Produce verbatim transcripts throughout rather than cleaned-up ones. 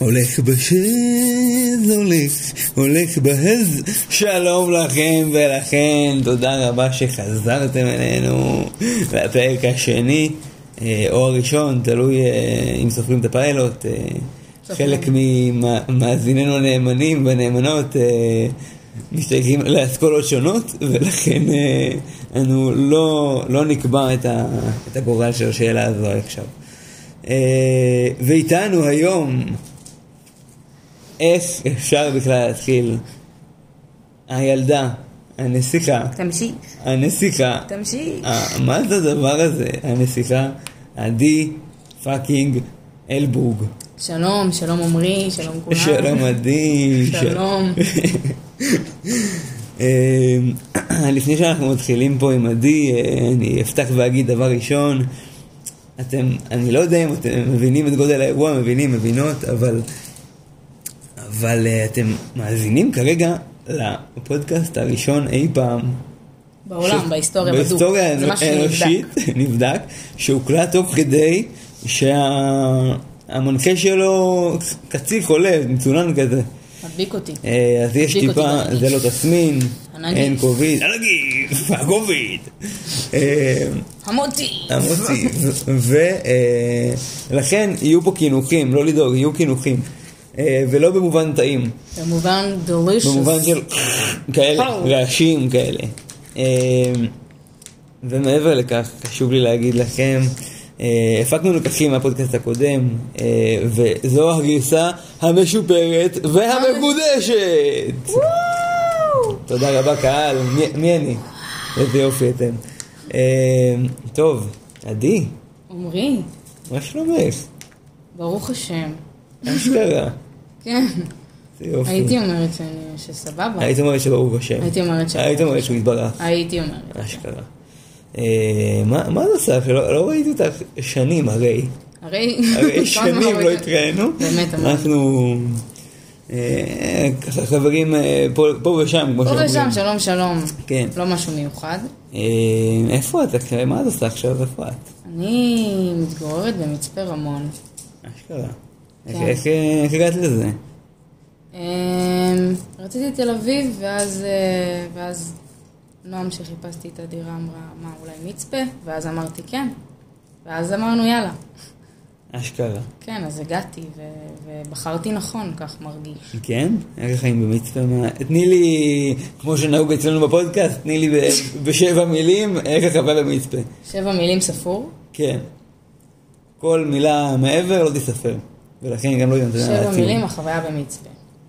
הולך בשז, הולך, הולך בהז. שלום לכם ולכן, תודה רבה שחזרתם אלינו לפרק השני, או הראשון, תלוי אם סופרים את הפיילוט. חלק ממאזיננו הנאמנים והנאמנות משתייכים לאסכולות שונות, ולכן אנו לא, לא נקבע את, ה, את הגורל של השאלה הזו עכשיו. ואיתנו היום, איך אפשר בכלל להתחיל? הילדה, הנסיכה. תמשיך. הנסיכה. תמשיך. מה זה הדבר הזה? הנסיכה, עדי פאקינג אלבורג. שלום, שלום עמרי, שלום כולם. שלום עדי. שלום. לפני שאנחנו מתחילים פה עם עדי, אני אפתח ואגיד דבר ראשון. אתם, אני לא יודע אם אתם מבינים את גודל האירוע, מבינים, מבינות, אבל אבל אתם מאזינים כרגע לפודקאסט הראשון אי פעם בעולם, בהיסטוריה בדוק. בהיסטוריה האנושית, נבדק, שהוקלט תוך כדי שהמנחה שלו קציף עולה, מצונן כזה. מדביק אותי. אז יש טיפה, זה לא תסמין, אין קוביד, הנגיף, הקוביד. המותי. המותי. ולכן יהיו פה כינוכים, לא לדאוג, יהיו כינוכים. ולא במובן טעים. במובן delicious. במובן של כאלה, רעשים כאלה. ומעבר לכך, חשוב לי להגיד לכם, הפקנו לקחים מהפודקאסט הקודם, וזו הגרסה המשופרת והמקודשת. תודה רבה קהל. מי אני? איזה יופי אתם. טוב, עדי. עמרי. מה שלומך? ברוך השם. אשכרה. כן. זה יופי. הייתי אומרת שסבבה. הייתי אומרת שברוך השם. הייתי אומרת שברוך השם. הייתי אומרת שהוא יתברך. הייתי אומרת. אשכרה. מה זה עושה? לא ראיתי אותך שנים הרי. הרי שנים לא התראינו. באמת, אנחנו ככה חברים פה ושם. פה ושם, שלום שלום. כן. לא משהו מיוחד. איפה את? מה את עושה עכשיו? איפה את? אני מתגוררת במצפה רמון. אשכרה. איך הגעת לזה? רציתי תל אביב, ואז נועם שחיפשתי את הדירה אמרה, מה, אולי מצפה? ואז אמרתי כן. ואז אמרנו יאללה. אשכרה. כן, אז הגעתי ובחרתי נכון, כך מרגיש. כן? איך החיים במצפה? תני לי, כמו שנהוג אצלנו בפודקאסט, תני לי בשבע מילים, איך החווה במצפה? שבע מילים ספור? כן. כל מילה מעבר לא תספר. ולכן גם לא יודעת. שבע מילים, החוויה במצפה.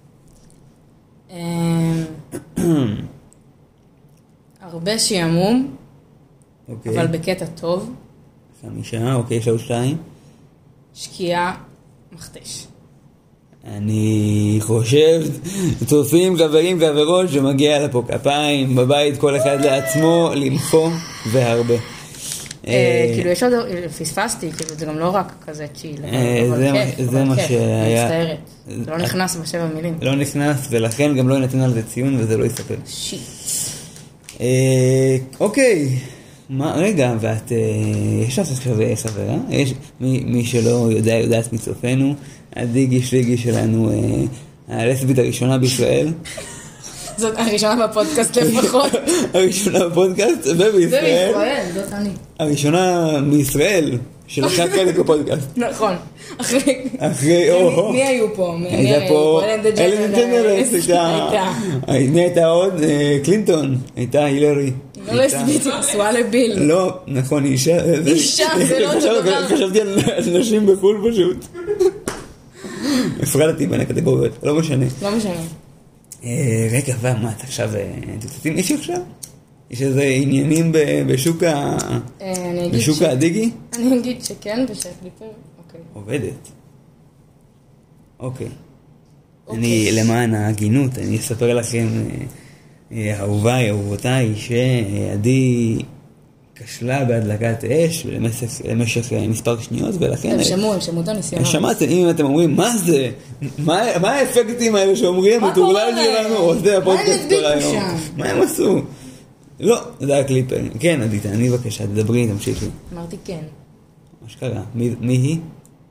הרבה שימום, אבל בקטע טוב. חמישה, אוקיי, שלוש שתיים. שקיעה מחתש. אני חושב, צופים חברים ועברות שמגיע לפה כפיים, בבית כל אחד לעצמו, למחוא והרבה. כאילו יש עוד, פספסתי, כאילו זה גם לא רק כזה צ'יל, אבל כיף, זה מה שהיה. מצטערת, זה לא נכנס בשבע מילים. לא נכנס, ולכן גם לא ינתן על זה ציון וזה לא יספר. שיט. אוקיי, רגע, ואת, יש לך עכשיו חברה? מי שלא יודע, יודעת מצופנו, עדי גישליגי שלנו, הלסבית הראשונה בישראל. זאת הראשונה בפודקאסט לפחות. הראשונה בפודקאסט ובישראל. זה בישראל, זאת אני. הראשונה מישראל, שלקחת חלק בפודקאסט. נכון. אחרי... אחרי, או... מי היו פה? הייתה פה... אלן דג'נרס. הייתה. מי הייתה עוד? קלינטון. הייתה הילרי. לא לסבית, סואלה ביל. לא, נכון, אישה. אישה, זה לא אותו דבר. חשבתי על נשים בחול פשוט. הפרדתי בין הקטגוריות, לא משנה. לא משנה. רגע, ומה, את עכשיו תצטטים מישהו עכשיו? יש איזה עניינים בשוק הדיגי? אני אגיד שכן, ושהקליפר, אוקיי. עובדת. אוקיי. אני, למען ההגינות, אני אספר לכם, אהוביי, אהובותיי, שעדי כשלה בהדלקת אש למשך מספר שניות, ולכן... הם שמעו, הם שמעו את הניסיונות. שמעתם, אם אתם אומרים, מה זה? מה האפקטים האלה שאומרים? מה קורה להם? מה הם הדביקו שם? מה הם עשו? לא, זה היה קליפר. כן, עדי, אני בבקשה, תדברי, תמשיכי. אמרתי כן. מה שקרה? מי היא?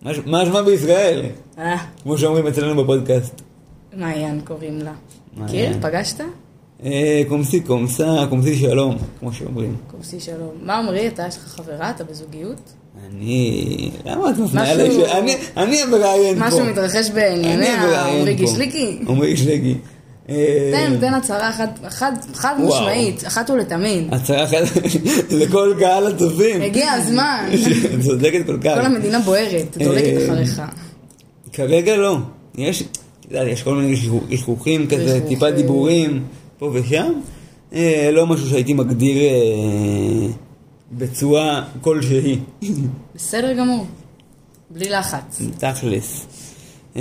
מה השמה בישראל? אה, כמו שאומרים אצלנו בפודקאסט. מעיין קוראים לה. מעיין. מכיר? פגשת? אה, קומסי קומסה, קומסי שלום, כמו שאומרים. קורסי שלום. מה אומרי? אתה, יש לך חברה? אתה בזוגיות? אני... למה את מפנה משהו- עליי ש... אני- אני המראיין פה. משהו מתרחש בענייני אני המראיין עמרי פה. גישליקי? עמרי גישליקי. אה, תן, תן הצהרה אחת- אחת- חד וואו. משמעית, אחת ולתמיד. הצהרה אחת לכל קהל הצופים. הגיע הזמן. צודקת כל כך. כל המדינה בוערת, דולקת אחריך. כרגע לא. יש, אתה יודע, יש כל מיני ריחוכים כזה, ריחוכים. טיפה דיבורים פה ושם. אה, לא משהו שהייתי מגדיר אה, בצורה כלשהי. בסדר גמור. בלי לחץ. תכלס. אה,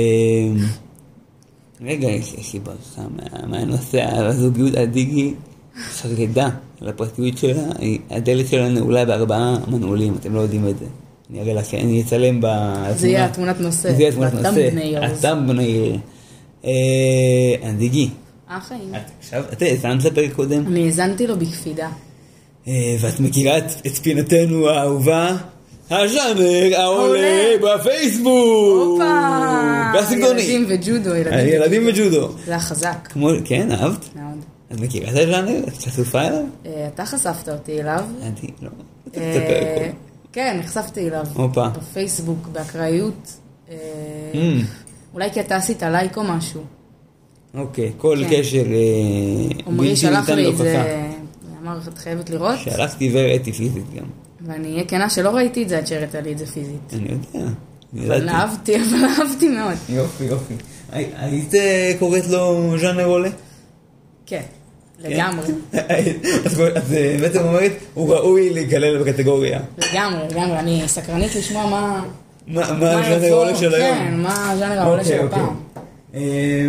רגע, יש יש לי ברכה מה- מהנושא, הזוגיות הדיגי חרדה לפרטיות שלה, היא- הדלת שלה נעולה בארבעה מנעולים, אתם לא יודעים את זה. אני אראה לכם, אני אצלם בתמונה. זה יהיה התמונת נושא. זה יהיה תמונת נושא. בטאמבנייל. הטאמבנייל. אה, הדיגי. אה, חיים. את עכשיו, את האזנת לפרק קודם, אני האזנתי לו בקפידה. אה, ואת מכירה את את פינתנו האהובה, הז'אנר העולה בפייסבוק. הופה! והסרטוני. ילדים וג'ודו, ילדים ילדים וג'ודו. זה היה חזק. כמו, כן, אהבת? מאוד. את מכירה את הז'אנר? את חשופה אליו? אה, אתה חשפת אותי אליו. אני לא. אתה אה, תספר כן, נחשפתי אליו. הופה. בפייסבוק, באקראיות. אה, Mm. אולי כי אתה עשית לייק או משהו. אוקיי, כל כן. קשר אה, עמרי שלח ניתן לי את זה, להוכחה. אמר, את חייבת לראות. שלחתי והראיתי פיזית גם. ואני אהיה כנה שלא ראיתי את זה עד שהראית לי את זה פיזית. אני יודע. אני אבל ידעתי. אהבתי, אבל אהבתי מאוד. יופי, יופי. הי- היית אה, קוראת לו ז'אנר עולה? כן, לגמרי. אז את אה, בעצם אומרת, הוא ראוי להיכלל בקטגוריה. לגמרי, לגמרי. אני סקרנית לשמוע מה... מה מה הז'אנר יבוא, העולה של היום? כן, מה הז'אנר העולה אוקיי, של אוקיי. הפעם. אה,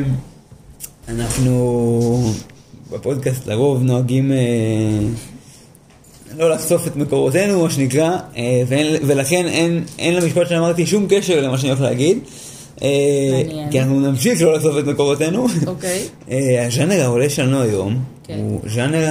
אנחנו בפודקאסט לרוב נוהגים אה, לא לחשוף את מקורותינו, מה שנקרא, אה, ואין- ולכן אין, אין למשפט שאמרתי שום קשר למה שאני הולך להגיד. אה, מעניין. כי אנחנו נמשיך לא לחשוף את מקורותינו. אוקיי. אה, הז'אנר העולה שלנו היום כן. הוא ז'אנר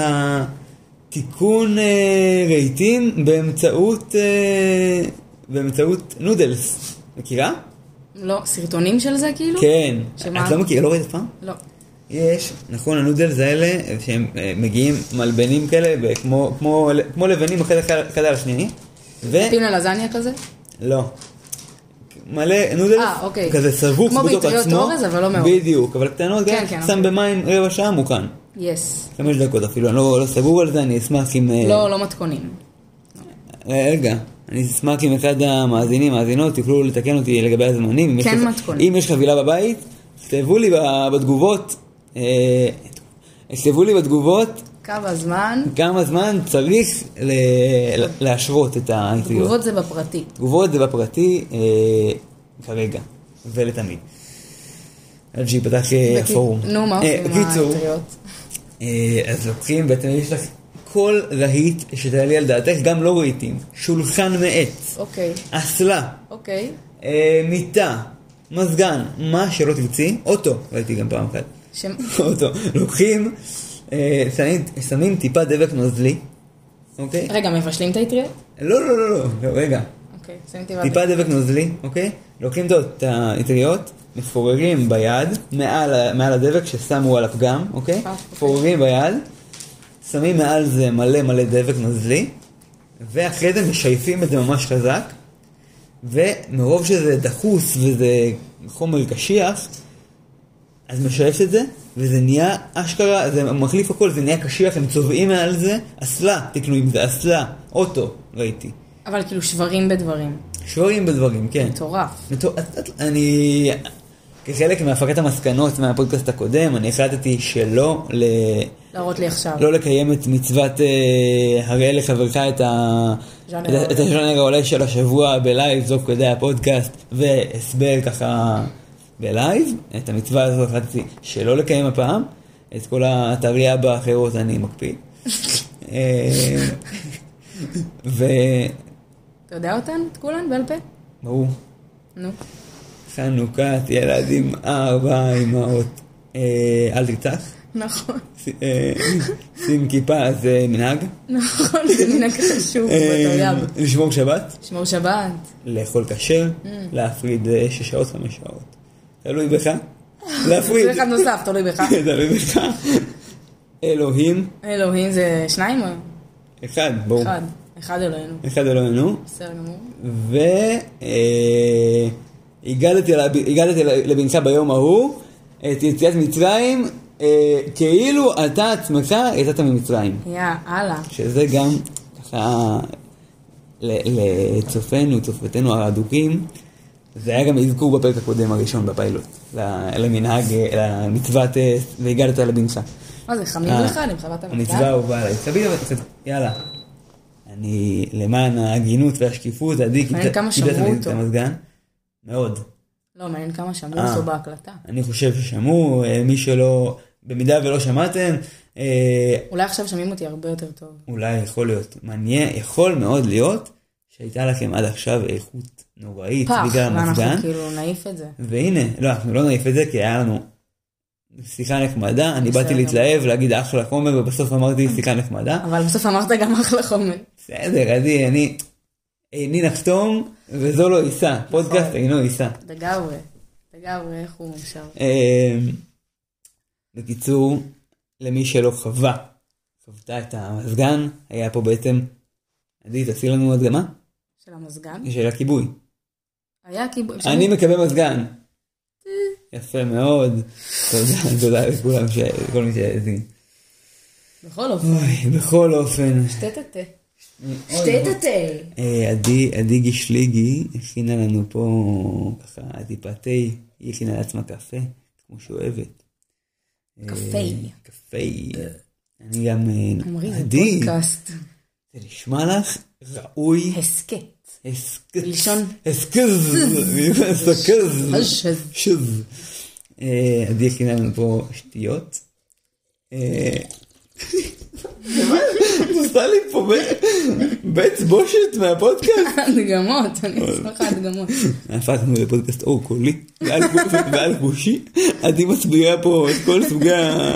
התיקון אה, רהיטים באמצעות אה, באמצעות נודלס. מכירה? לא, סרטונים של זה כאילו? כן. שמה? את לא מכירה? לא ראית אף פעם? לא. יש, נכון, הנודלס האלה שהם אה, מגיעים מלבנים כאלה כמו, כמו, כמו לבנים אחד אחד על השני. ו... פינה לזניה כזה? לא. מלא נודלס, אה, אוקיי. כזה סבוך כמו בתוך ביטריות עצמו. אורז, אבל לא מאוד. בדיוק, אבל קטנות, כן, כן, כן, שם אוקיי. במים רבע שעה מוכן. יס. חמש דקות אפילו, אני לא, לא סגור על זה, אני אשמח אם... אה, לא, לא מתכונים. רגע, אני אשמח אם אחד המאזינים, מאזינות, יוכלו לתקן אותי לגבי הזמנים. אם יש כן, לך- מתכונים. אם יש חבילה בבית, תכתבו לי ב- בתגובות, אה, תכתבו לי בתגובות כמה זמן? כמה זמן צריך ל- להשרות את האיטיות. תגובות זה בפרטי. תגובות זה בפרטי אה, כרגע ולתמיד. עד שיפתח אה, בקיצ- הפורום. נו, מה אה, עושים עם בקיצור, האטריות? אה, אז לוקחים, בעצם יש לך כל רהיט שתעלי על דעתך, גם לא רהיטים, שולחן מעץ, אוקיי, אסלה, אוקיי. אה, מיטה, מזגן, מה שלא תרצי, אוטו, ראיתי גם פעם אחת, שם... אוטו, לוקחים, אה, שמים, שמים טיפה דבק נוזלי, אוקיי? רגע, מבשלים את האטריות? לא, לא, לא, לא, לא, רגע, אוקיי, שמים טיפה... טיפה דבק נוזלי, אוקיי? לוקחים את האטריות, מפוררים ביד, מעל, מעל הדבק ששמו על הפגם, אוקיי? אוקיי. מפוררים ביד, שמים מעל זה מלא מלא דבק נוזלי, ואחרי זה משייפים את זה ממש חזק, ומרוב שזה דחוס וזה חומר קשיח, אז משייף את זה, וזה נהיה אשכרה, זה מחליף הכל, זה נהיה קשיח, הם צובעים מעל זה, אסלה, תקנו עם זה, אסלה, אוטו, ראיתי. אבל כאילו שברים בדברים. שברים בדברים, כן. מטורף. מטור- את- את- אני, כחלק מהפקת המסקנות מהפודקאסט הקודם, אני החלטתי שלא ל... להראות לי עכשיו. לא לקיים את מצוות אה, הראה לחברך את ה- ז'אנר את ה- העולה. את הז'אנר העולה של השבוע בלייב, זו כדי הפודקאסט, והסבר ככה בלייב. את המצווה הזו החלטתי שלא לקיים הפעם, את כל הטריה באחרות אני מקפיד. אה, ו... אתה יודע אותן? את כולן? בעל פה? ברור. נו. חנוכת ילדים ארבע אמהות. אה, אל תרצח. נכון. שים כיפה זה מנהג. נכון, זה מנהג חשוב בתרי"ג. לשמור שבת. לשמור שבת. לאכול כשר, להפריד שש שעות, חמש שעות. תלוי בך. להפריד. זה אחד נוסף, תלוי בך. תלוי בך. אלוהים. אלוהים זה שניים או? אחד, ברור. אחד. אחד אלוהינו. אחד אלוהינו. בסדר גמור. והגדתי לבנך ביום ההוא את יציאת מצרים, כאילו אתה עצמך יצאת ממצרים. יא, הלאה. שזה גם ככה לצופנו, צופתנו האדוקים, זה היה גם הזכור בפרק הקודם הראשון בפיילוט, למנהג, למצוות והגדת לבנך. מה זה, חמים לך? אני מחבת המזגן? המצווה הובאה עליי. תביאי, יאללה. אני, למען ההגינות והשקיפות, עדי קיבלת את המזגן. מאוד. לא, מעניין כמה שמעו אותו בהקלטה. אני חושב ששמעו, מי שלא, במידה ולא שמעתם. אולי עכשיו שומעים אותי הרבה יותר טוב. אולי יכול להיות. מעניין, יכול מאוד להיות שהייתה לכם עד עכשיו איכות נוראית בגלל המזגן. ואנחנו כאילו נעיף את זה. והנה, לא, אנחנו לא נעיף את זה, כי היה לנו שיחה נחמדה, אני באתי להתלהב, להגיד אחלה חומר, ובסוף אמרתי שיחה נחמדה. אבל בסוף אמרת גם אחלה חומר. בסדר, עדי, אני, איני נחתום, וזו לא ייסע. פודקאסט אינו ייסע. דגאורי, דגאורי, איך הוא מומשר. בקיצור, למי שלא חווה, חוותה את המזגן, היה פה בעצם, עדי, תעשי לנו הדגמה? של המזגן? של הכיבוי. היה כיבוי. אני מקווה מזגן. יפה מאוד. תודה, תודה לכולם, לכל מי שהאזין. בכל אופן. בכל אופן. שתי תתה. שתי תתה. עדי, עדי גישליגי, הכינה לנו פה ככה טיפה תה, היא הכינה לעצמה קפה, כמו שאוהבת. קפה. קפה. אני גם, עדי. פודקאסט. זה נשמע לך ראוי. הסקט. הסקט. לישון. הסקז. הסקז. שז. עדי הכינה לנו פה שטויות. עושה לי פה בית בושת מהפודקאסט. הדגמות, אני אשמח הדגמות. הפכנו לפודקאסט אור קולי ועל גושי. עדי מצביעה פה את כל סוגי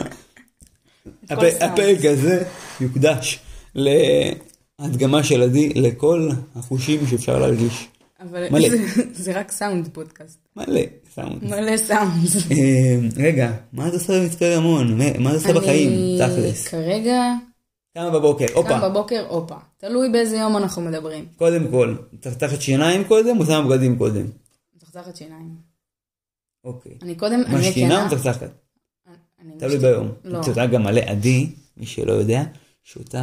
הפרק הזה יוקדש להדגמה של עדי לכל החושים שאפשר להרגיש. אבל זה רק סאונד פודקאסט. מלא סאונד. מלא סאונד. רגע, מה אתה עושה במצפה רמון? מה אתה עושה בחיים? תכלס. כרגע... כמה בבוקר? אופה. כמה בבוקר? אופה. תלוי באיזה יום אנחנו מדברים. קודם כל, צחצחת שיניים קודם או שמה בגדים קודם? צחצחת שיניים. אוקיי. אני קודם... משתינה או צחצחת? תלוי ביום. לא. שותה גם מלא עדי, מי שלא יודע, שותה.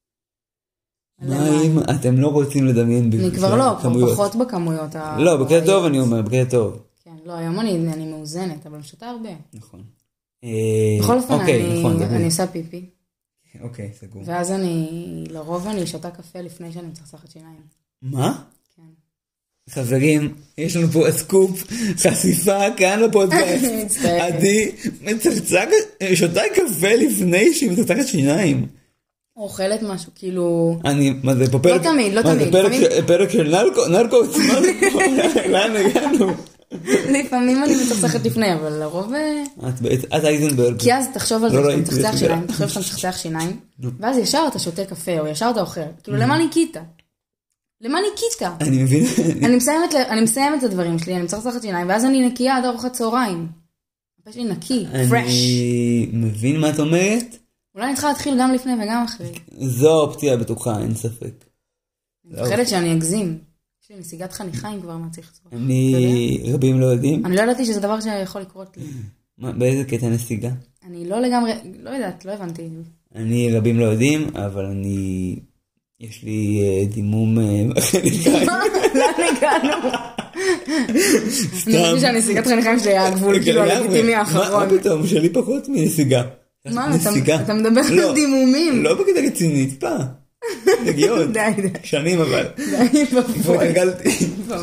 מים, אתם לא רוצים לדמיין בכמויות. אני כבר לא, כבר פחות בכמויות. לא, בקטע טוב אני אומר, בקטע טוב. כן, לא, היום אני מאוזנת, אבל שותה הרבה. נכון. בכל אופן, אני עושה פיפי. אוקיי, סגור. ואז אני, לרוב אני שותה קפה לפני שאני מצחצחת שיניים. מה? כן. חברים, יש לנו פה סקופ, חשיפה כאן בפודקאסט. עדי מצחצחת, שותה קפה לפני שהיא מצחצחת שיניים. אוכלת משהו, כאילו... אני, מה זה, פה פרק... לא תמיד, לא תמיד. זה פרק של נרקו, נרקו, לאן הגענו? לפעמים אני מצחצחת לפני, אבל לרוב... את אייזנברג. כי אז תחשוב על זה, שאתה מצחצח שיניים, תחשוב שאתה מצחצח שיניים, ואז ישר אתה שותה קפה, או ישר אתה אוכל. כאילו, למה ניקיית? למה ניקיית? אני מבין. אני מסיימת את הדברים שלי, אני מצחצחת שיניים, ואז אני נקייה עד ארוחת צהריים. הפה שלי נקי, פרש. אני מבין מה את אומרת. אולי אני צריכה להתחיל גם לפני וגם אחרי. זו אופציה בטוחה, אין ספק. אני מפחדת שאני אגזים. יש לי נסיגת חניכיים כבר מהצחצוח. אני, רבים לא יודעים. אני לא ידעתי שזה דבר שיכול לקרות לי. באיזה קטע נסיגה? אני לא לגמרי, לא יודעת, לא הבנתי. אני רבים לא יודעים, אבל אני, יש לי דימום חניכיים. לאן הגענו? אני חושב שהנסיגת חניכיים שלי היה הגבול, כאילו הלגיטימי האחרון. מה פתאום? שלי פחות מנסיגה. מה, אתה מדבר על דימומים? לא בקטע רציני, טיפה. נגיעות. די, די. שנים אבל. די, בפוי. התרגלתי.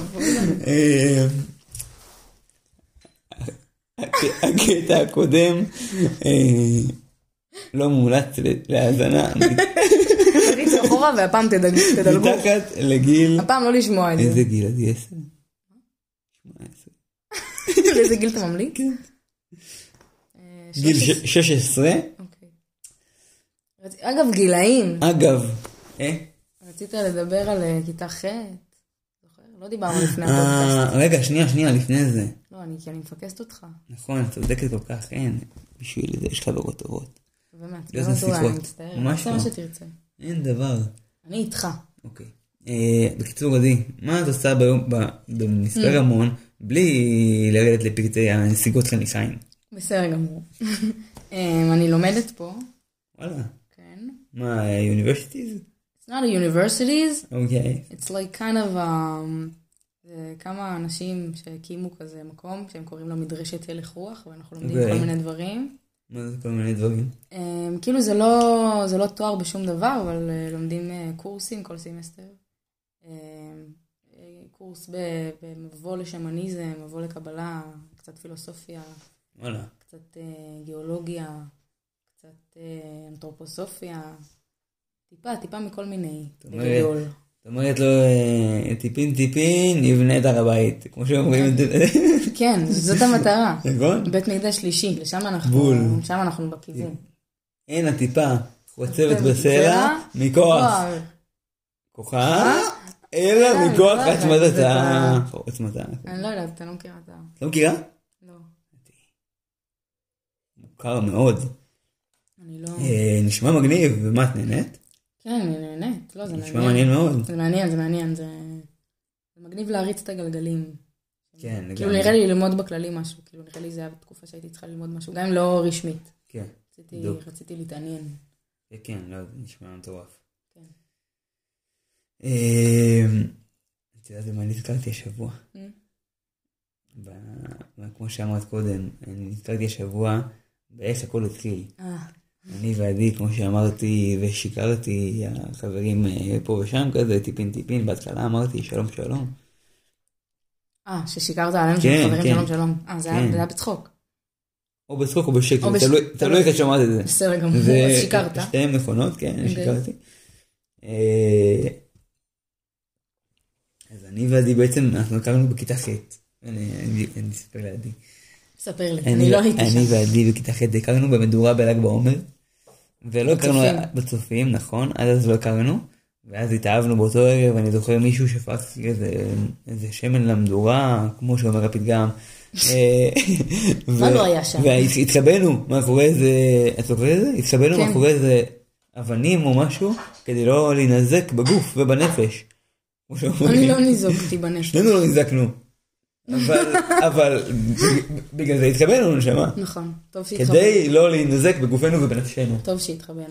הקטע הקודם לא מומלץ להאזנה. תריץ אחורה והפעם תדלגו. מתחת לגיל... הפעם לא לשמוע את זה. איזה גיל? עדי עשר? שמונה עשרה. לאיזה גיל אתה ממליץ? כן. גיל ש- שש עשרה. אוקיי. רצ... אגב, גילאים. אגב, אה? רצית לדבר על אה, כיתה ח', זוכר? לא דיברנו לפני אה, הפודקאסט. רגע, שנייה, שנייה, לפני זה. לא, אני כי אני מפקסת אותך. נכון, את צודקת כל כך, אין. בשביל זה יש חברות טובות. באמת, להיות לא נטולה, נסיכות. אני מצטער. ממש עושה לא. מה שתרצה. אין דבר. אני איתך. אוקיי. אה, בקיצור, עדי, מה את עושה ביום, ב- במספר המון, בלי לרדת לפרטי הנסיגות חניכיים? בסדר גמור. אמ, אני לומדת פה. וואלה. כן. מה, universities? It's not a universities. אוקיי. It's like kind of um, זה כמה אנשים שהקימו כזה מקום שהם קוראים לו מדרשת הלך רוח, ואנחנו לומדים אוקיי. כל מיני דברים. מה זה כל מיני דברים? Um, כאילו זה לא, זה לא תואר בשום דבר, אבל uh, לומדים uh, קורסים כל סמסטר. Um, uh, קורס ב- במבוא לשמניזם, מבוא לקבלה, קצת פילוסופיה, וואלה. קצת uh, גיאולוגיה, קצת uh, אנתרופוסופיה, טיפה, טיפה מכל מיני. אומרת- בגדול. זאת אומרת לו, אה, טיפין טיפין, נבנה את הר הבית. כמו שאומרים את זה. כן, זאת המטרה. נכון? בית מקדש שלישי, לשם אנחנו, בול. שם אנחנו בכיוון. אין הטיפה חוצבת בסלע מכוח כוחה, אלא אה, מכוח מכוח עצמתה. עצמתה. אני לא יודעת, אתה לא מכירה את ה... את לא מכירה? לא, מוכר מאוד. אני לא... אה, נשמע מגניב, ומה את נהנית? כן, אני נהנית. לא, זה נשמע מעניין. מעניין מאוד. זה מעניין, זה מעניין. זה זה מגניב להריץ את הגלגלים. כן, כאילו לגמרי. נראה לי ללמוד בכללי משהו. כאילו נראה לי זה היה בתקופה שהייתי צריכה ללמוד משהו. גם אם לא רשמית. כן, רציתי- בדיוק. רציתי להתעניין. כן, לא, זה נשמע מטורף. כן. אה, את יודעת מה נזכרתי השבוע? Mm. ב- כמו שאמרת קודם, אני נזכרתי השבוע באיך הכל התחיל. אה, אני ועדי, כמו שאמרתי ושיקרתי, החברים אה, פה ושם כזה, טיפין טיפין, בהתחלה אמרתי שלום שלום. אה, ששיקרת עליהם כן, של חברים כן. שלום שלום. אה, זה היה כן. זה היה בצחוק. או בצחוק או בשקט, או בש- תלוי- תלוי. תלוי איך את שומעת את זה. בסדר גמור, זה אז שיקרת. שתיהן נכונות, כן, אני אוקיי. שיקרתי. אה, אז אני ועדי בעצם, אנחנו הכרנו בכיתה ח'. אני אני- אני אספר לעדי. ספר לי, אני לא הייתי שם. אני ועדי בכיתה ח' הכרנו במדורה בל"ג בעומר. ולא הכרנו בצופים. בצופים, נכון, עד אז לא הכרנו. ואז התאהבנו באותו ערב, אני זוכר מישהו שפך איזה, איזה שמן למדורה, כמו שאומר הפתגם. אה, מה לא היה שם? והתחבאנו מאחורי איזה, את זוכרת את זה? התחבאנו כן. מאחורי איזה אבנים או משהו, כדי לא להינזק בגוף ובנפש. כמו שאומרים. אני לא ניזוקתי בנפש. שנינו לא נזקנו. אבל, אבל, בגלל זה התחבאנו, נשמה. נכון, טוב שהתחבאנו. כדי לא להינזק בגופנו ובנפשנו. טוב שהתחבאנו.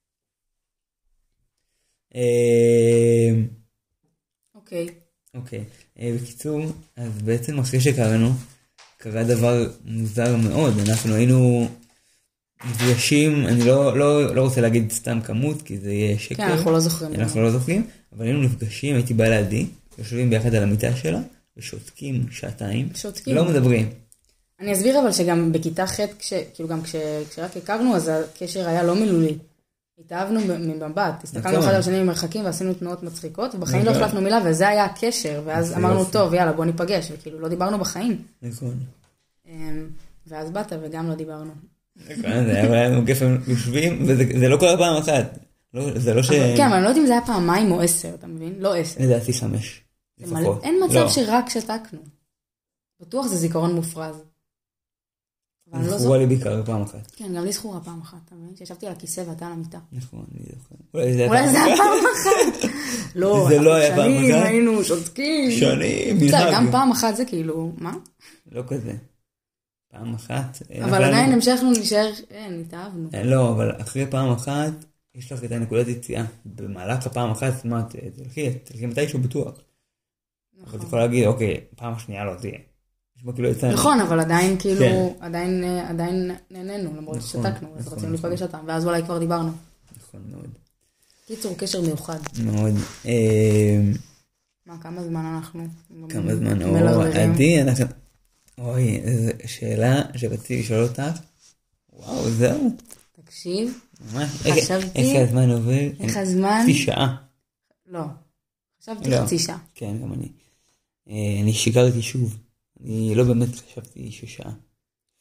אה, אוקיי. אוקיי, אה, בקיצור, אז בעצם אחרי שקראנו, קרה דבר מוזר מאוד, אנחנו היינו נפגשים, אני לא, לא, לא רוצה להגיד סתם כמות, כי זה יהיה שקר, כן, אנחנו לא זוכרים. אנחנו לא זוכרים, אבל היינו נפגשים, הייתי בא לידי, יושבים ביחד על המיטה שלה, ושותקים שעתיים, שותקים. לא מדברים. אני אסביר אבל שגם בכיתה ח', כש, כאילו גם כש, כשרק הכרנו, אז הקשר היה לא מילולי. התאהבנו ממבט, הסתכלנו נכון. אחד על השני ממרחקים ועשינו תנועות מצחיקות, ובחיים לא נכון. החלפנו מילה, וזה היה הקשר, ואז זה אמרנו, יופי. טוב, יאללה, בוא ניפגש, וכאילו לא דיברנו בחיים. נכון. אמ, ואז באת וגם לא דיברנו. נכון, זה היה לנו כיף, הם יושבים, וזה זה לא קרה פעם אחת. לא, זה לא ש... אבל, כן, אבל אני לא יודעת אם זה היה פעמיים או עשר, אתה מבין? לא עשר. לדעתי חמש. זה מלא- לפחות. אין מצב לא. שרק שתקנו. בטוח זה זיכרון מופרז. אבל אני לא זכורה זוכר. לי בעיקר פעם אחת. כן, גם לי זכורה פעם אחת, אתה מבין? שישבתי על הכיסא ואתה על המיטה. נכון, אני זוכר. אולי זה היה אולי פעם זה היה אחת. פעם אחת. לא, זה לא היה פעם שנים אחת? היינו שותקים. שנים, בסדר, מנהג. גם פעם אחת זה כאילו, מה? לא כזה. פעם אחת. אבל עדיין המשכנו להישאר, אין, התאהבנו. אה, לא, אבל אחרי פעם אחת, יש לך את הנקודת יציאה. במהלך הפעם אחת, מה, ת- תלכי, תלכי מתישהו בטוח. אבל נכון. אתה יכול להגיד, אוקיי, פעם השנייה לא תהיה. יש בה כאילו יצא... נכון, אבל עדיין כאילו, כן. עדיין, אה, עדיין נהנינו, למרות נכון, ששתקנו, אז נכון, רצינו נכון. להיפגש אותם, ואז אולי כבר דיברנו. נכון מאוד. קיצור, קשר מיוחד. מאוד. אה, מה, כמה זמן אנחנו? כמה זמן, או מלרלרים? עדי, אנחנו... אוי, איזו שאלה שרציתי לשאול אותך. וואו, זהו. תקשיב, ממש. איך- חשבתי- איך הזמן עובר? איך הזמן? חצי שעה. לא. חשבתי לא. חצי שעה. כן, גם אני. אה, אני שיקרתי שוב. אני לא באמת חשבתי ששעה.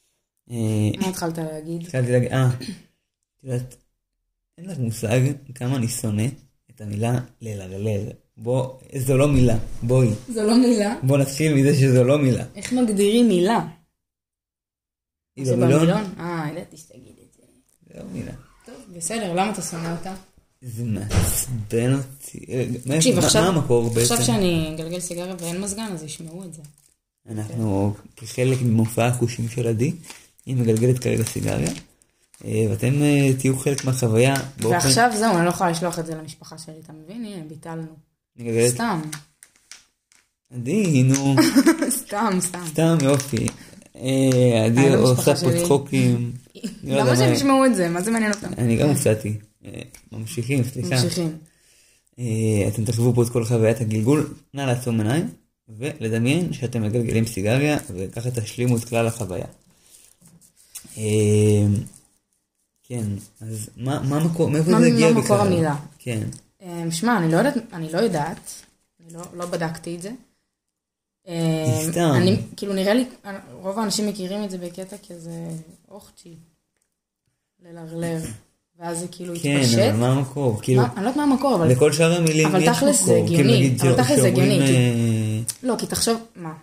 מה התחלת להגיד? התחלתי להגיד, אה, את יודעת, אין לך מושג כמה אני שונא את המילה ללרלל. בוא, זו לא מילה, בואי. זו לא מילה? בוא נתחיל מזה שזו לא מילה. איך מגדירים מילה? זה במילון? אה, ידעתי שתגיד את זה. זה לא מילה. טוב, בסדר, למה אתה שונא אותה? זה מעצבן אותי. תקשיב, מה המקור בעצם? עכשיו שאני אגלגל סיגריה ואין מזגן, אז ישמעו את זה. אנחנו כחלק ממופע החושים של עדי, היא מגלגלת כרגע סיגריה, ואתם תהיו חלק מהחוויה. ועכשיו זהו, אני לא יכולה לשלוח את זה למשפחה שלי, אתה מבין? הנה, ביטלנו. סתם. עדי, נו. סתם, סתם. סתם, יופי. עדי עושה פה צחוקים. למה שהם ישמעו את זה? מה זה מעניין אותם? אני גם הופתעתי. ממשיכים, סליחה. ממשיכים. אתם תחוו פה את כל חוויית הגלגול, נא לעצום עיניים, ולדמיין שאתם מגלגלים סיגריה, וככה תשלימו את כלל החוויה. כן, אז מה המקור, מאיפה זה הגיע בכלל? מה מקור המילה? כן. שמע, אני לא יודעת, אני לא יודעת, אני לא בדקתי את זה. סתם. אני, כאילו נראה לי, רוב האנשים מכירים את זה בקטע כזה אוכצ'י, ללרלר. ואז זה כאילו התפשט. כן, אבל מה המקור? אני לא יודעת מה המקור, אבל... לכל שאר המילים יש מקור. אבל תכלס זה הגיוני. אבל תכלס זה הגיוני. לא, כי תחשוב... מה?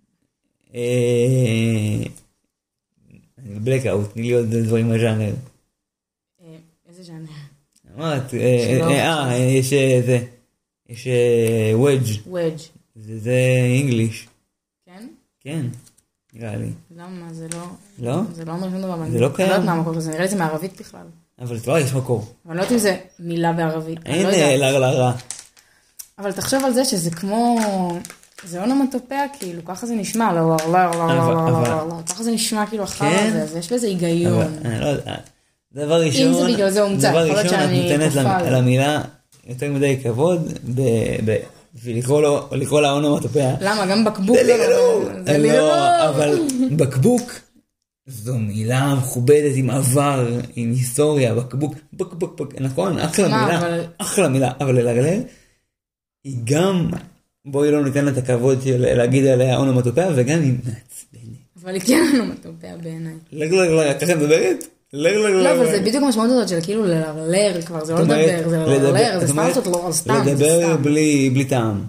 אני בלקאוט, תני לי עוד דברים מהז'אנר. איזה ז'אנר? אמרת, אה, יש זה. יש וודג'. וודג'. זה אנגליש. כן? כן, נראה לי. למה? זה לא... לא? זה לא אומר שום דבר. זה לא קיים? אני לא יודעת מה המקור, זה נראה לי זה מערבית בכלל. אבל לא, יש מקור. אבל אני לא יודעת אם זה מילה בערבית. אין לרלרה. אבל תחשוב על זה שזה כמו... זה אונומטופיה, כאילו, ככה זה נשמע, לא, לא, לא, לא, לא, לא, לא, ככה זה נשמע כאילו אחר הזה, אז יש בזה היגיון. אני לא יודע, דבר ראשון, אם זה בגלל זה הומצא, יכול להיות שאני את נותנת למילה יותר מדי כבוד, ולקרוא לה אונומטופיה. למה? גם בקבוק זה לא, אבל בקבוק, זו מילה מכובדת עם עבר, עם היסטוריה, בקבוק, בק, בק, בק, נכון, אחלה מילה, אחלה מילה, אבל ללגלל, היא גם, בואי לא ניתן לה את הכבוד של להגיד עליה אונומטופיה, וגם היא מעצבנת. אבל היא כן אונומטופיה בעיניי. לגלגל, ככה מדברת? לא, אבל זה בדיוק המשמעות הזאת של כאילו ללרלר כבר, זה לא לדבר, זה ללרלר, זה סתם לעשות לא, סתם, לדבר בלי טעם.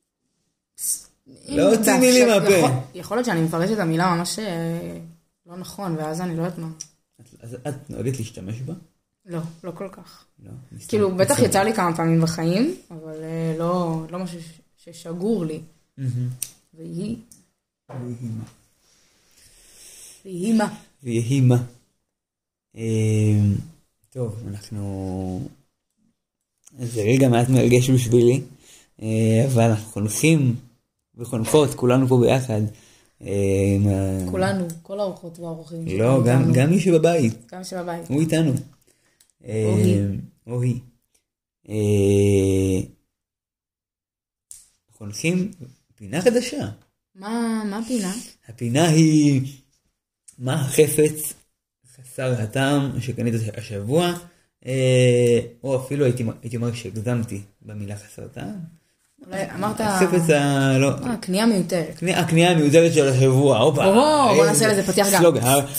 לא הוציא מילים מהפה. יכול להיות שאני מפרש את המילה ממש לא נכון, ואז אני לא יודעת מה. אז את נוהגת להשתמש בה? לא, לא כל כך. לא. כאילו, בטח יצא לי כמה פעמים בחיים, אבל לא משהו ששגור לי. והיא... והיא מה? והיא מה? טוב, אנחנו... זה רגע מעט מרגש בשבילי, אבל אנחנו חונכים וחונכות, כולנו פה ביחד. כולנו, כל האורחות והאורחים. לא, גם מי שבבית. גם מי שבבית. הוא איתנו. או היא. או היא. חונכים פינה חדשה. מה הפינה? הפינה היא מה החפץ חסר הטעם שקנית השבוע, או אפילו הייתי אומר שהגזמתי במילה חסר טעם. אמרת... החפץ ה... לא... הקנייה מיותרת. הקנייה המיותרת של השבוע. בוא נעשה לזה פתיח גם.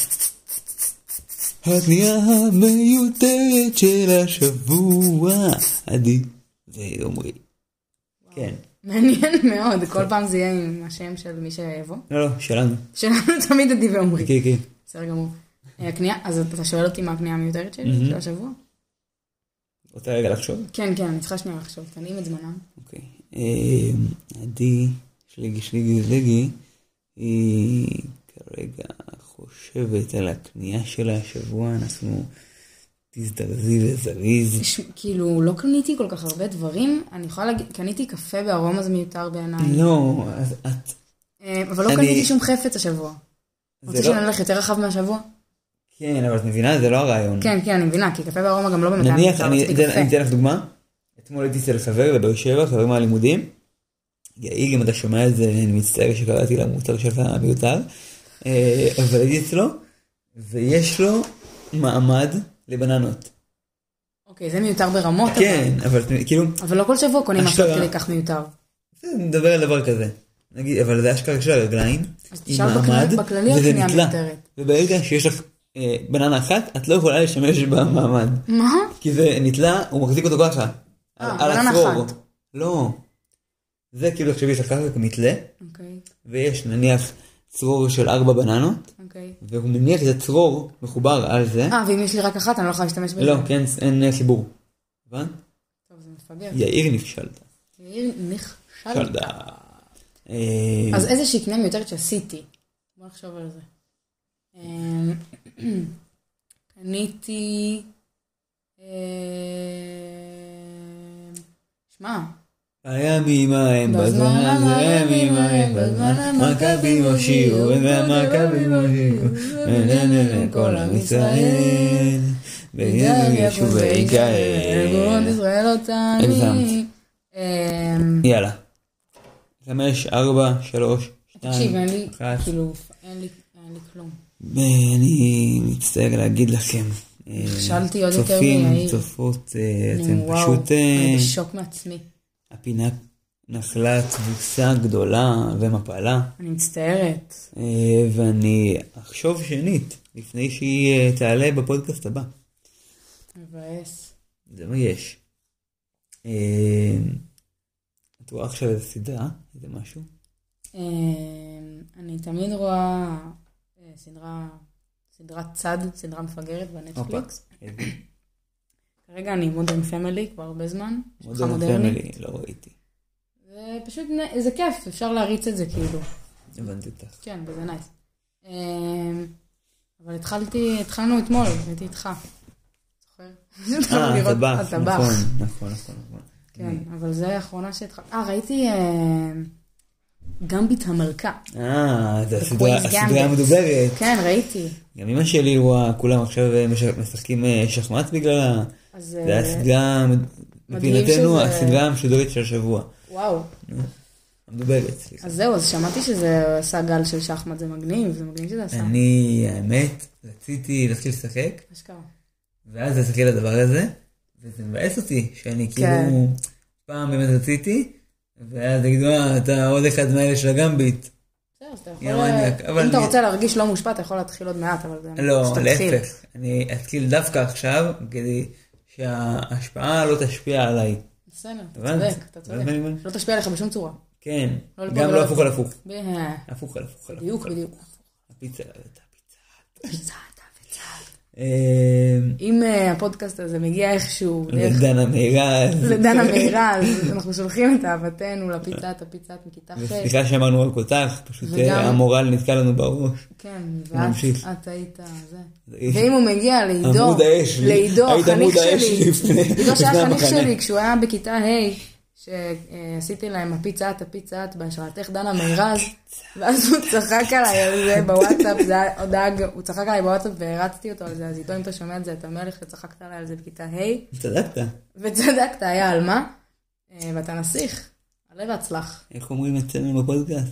הקנייה המיותרת של השבוע. עדי ועומרי. כן. מעניין מאוד, כל פעם זה יהיה עם השם של מי שיבוא. לא, לא, שלנו. שלנו תמיד עדי ועומרי. כן, כן. בסדר גמור. הקנייה, אז אתה שואל אותי מה הקנייה המיותרת שלי של השבוע? רוצה רגע לחשוב? כן, כן, אני צריכה שנייה לחשוב, תנעים את זמנם. אוקיי. עדי, שליגי, שליגי, שליגי, היא כרגע חושבת על הקנייה שלה השבוע, אנחנו תזדרזי וזריז. כאילו, לא קניתי כל כך הרבה דברים, אני יכולה להגיד, קניתי קפה בארומה, זה מיותר בעיניי. לא, אז את... אבל לא קניתי שום חפץ השבוע. רוצה שנלך יותר רחב מהשבוע? כן, אבל את מבינה, זה לא הרעיון. כן, כן, אני מבינה, כי קפה בארומה גם לא באמת... נניח, אני אתן לך דוגמה. אתמול הייתי אצל חבר בבאר שבע, חבר מהלימודים. יאיר, אם אתה שומע את זה, אני מצטער שקראתי למוצר שלך מיותר. אבל הייתי אצלו, ויש לו מעמד לבננות. אוקיי, זה מיותר ברמות. כן, אבל כאילו... אבל לא כל שבוע קונים משהו כדי כך מיותר. נדבר על דבר כזה. נגיד, אבל זה השקעה של הרגליים, אז עם תשאל מעמד, בכללי וזה הקנייה נתלה. מיותרת. וברגע שיש לך אה, בננה אחת, את לא יכולה להשתמש במעמד. מה? כי זה נתלה, הוא מחזיק אותו ככה. אה, על בננה הצרור. אחת. לא. זה כאילו עכשיו יש לך ככה כמתלה, אוקיי, ויש נניח צרור של ארבע בננות, אוקיי. והוא מניח את הצרור מחובר על זה. אה, ואם יש לי רק אחת, אני לא יכולה להשתמש בזה. לא, כן, אין חיבור. הבן? טוב, זה מפגר. יאיר נכשלת. יאיר נכשלת. נכשלת. אז איזושהי קנייה מיותרת שעשיתי. בוא נחשוב על זה. קניתי... שמע. הימים ההם בזמן הזה, הימים ההם בזמן המכבים הושיעו, והמכבים הושיעו, ונננן כל עם ישראל, וידם ישוב ויקהל, גבולות ישראל אותני. יאללה. חמש, ארבע, שלוש, תקשיב, שתיים, אין לי, אחת. כאילו, אין לי כלום. אני מצטער להגיד לכם. נכשלתי עוד יותר צופים, מיעיר. צופות, נו, אתם וואו, פשוט... אני בשוק מעצמי. הפינה נחלה תבוסה גדולה ומפלה, אני מצטערת. ואני אחשוב שנית, לפני שהיא תעלה בפודקאסט הבא. מבאס. זה מה יש. את רואה עכשיו איזה סדרה? איזה משהו? אני תמיד רואה סדרה, סדרת צד, סדרה מפגרת בנטפליקס. כרגע אני מודרן פמילי כבר הרבה זמן. מודרן פמילי, לא ראיתי. זה פשוט, זה כיף, אפשר להריץ את זה כאילו. הבנתי אותך. כן, וזה נייס. אבל התחלתי, התחלנו אתמול, הייתי איתך. זוכר? אה, הטבח, הטבח. נכון, נכון, נכון. כן, אבל זה האחרונה שהתחלתי. אה, ראיתי גמביט המלכה. אה, זה הסדרה המדוברת. כן, ראיתי. גם אמא שלי רואה, כולם עכשיו משחקים שחמט בגללה. זה הסדרה, מבחינתנו, הסדרה המשודרת של השבוע. וואו. המדוברת, סליחה. אז זהו, אז שמעתי שזה עשה גל של שחמט, זה מגניב, זה מגניב שזה עשה. אני, האמת, רציתי להתחיל לשחק. אשכרה. ואז לשחק לדבר הזה, וזה מבאס אותי, שאני כאילו, פעם באמת רציתי, ואז תגידו, אה, אתה עוד אחד מהאלה של הגמביט. זהו, אז אתה יכול, אם אתה רוצה להרגיש לא מושפע, אתה יכול להתחיל עוד מעט, אבל זה... לא, להפך. אני אתחיל דווקא עכשיו, כדי שההשפעה לא תשפיע עליי. בסדר, אתה צודק, אתה צודק. לא תשפיע עליך בשום צורה. כן, גם לא הפוך על הפוך. הפוך על הפוך. בדיוק, בדיוק. הפיצה, הפיצה, הפיצה. אה... אם הפודקאסט הזה מגיע איכשהו... לדנה מירז. לדנה מירז, אנחנו שולחים את אהבתנו לפיצת, הפיצת מכיתה ח'. וסליחה שאמרנו רק אותך, פשוט המורל נתקע לנו בראש. כן, ואת היית זה. ואם הוא מגיע לעידו, עמוד האש, לעידו, החניך שלי, עידו שהיה חניך שלי, כשהוא היה בכיתה ה', שעשיתי להם הפיצת, הפיצת, בהשראתך דנה מירז, ואז הוא צחק עליי על זה בוואטסאפ, זה היה עוד דאג, הוא צחק עליי בוואטסאפ והרצתי אותו על זה, אז איתו אם אתה שומע את זה, אתה מלך שצחקת עליי על זה בכיתה ה'. צדקת. וצדקת, היה על מה? ואתה נסיך, עלה והצלח. איך אומרים אצלנו בפודקאסט?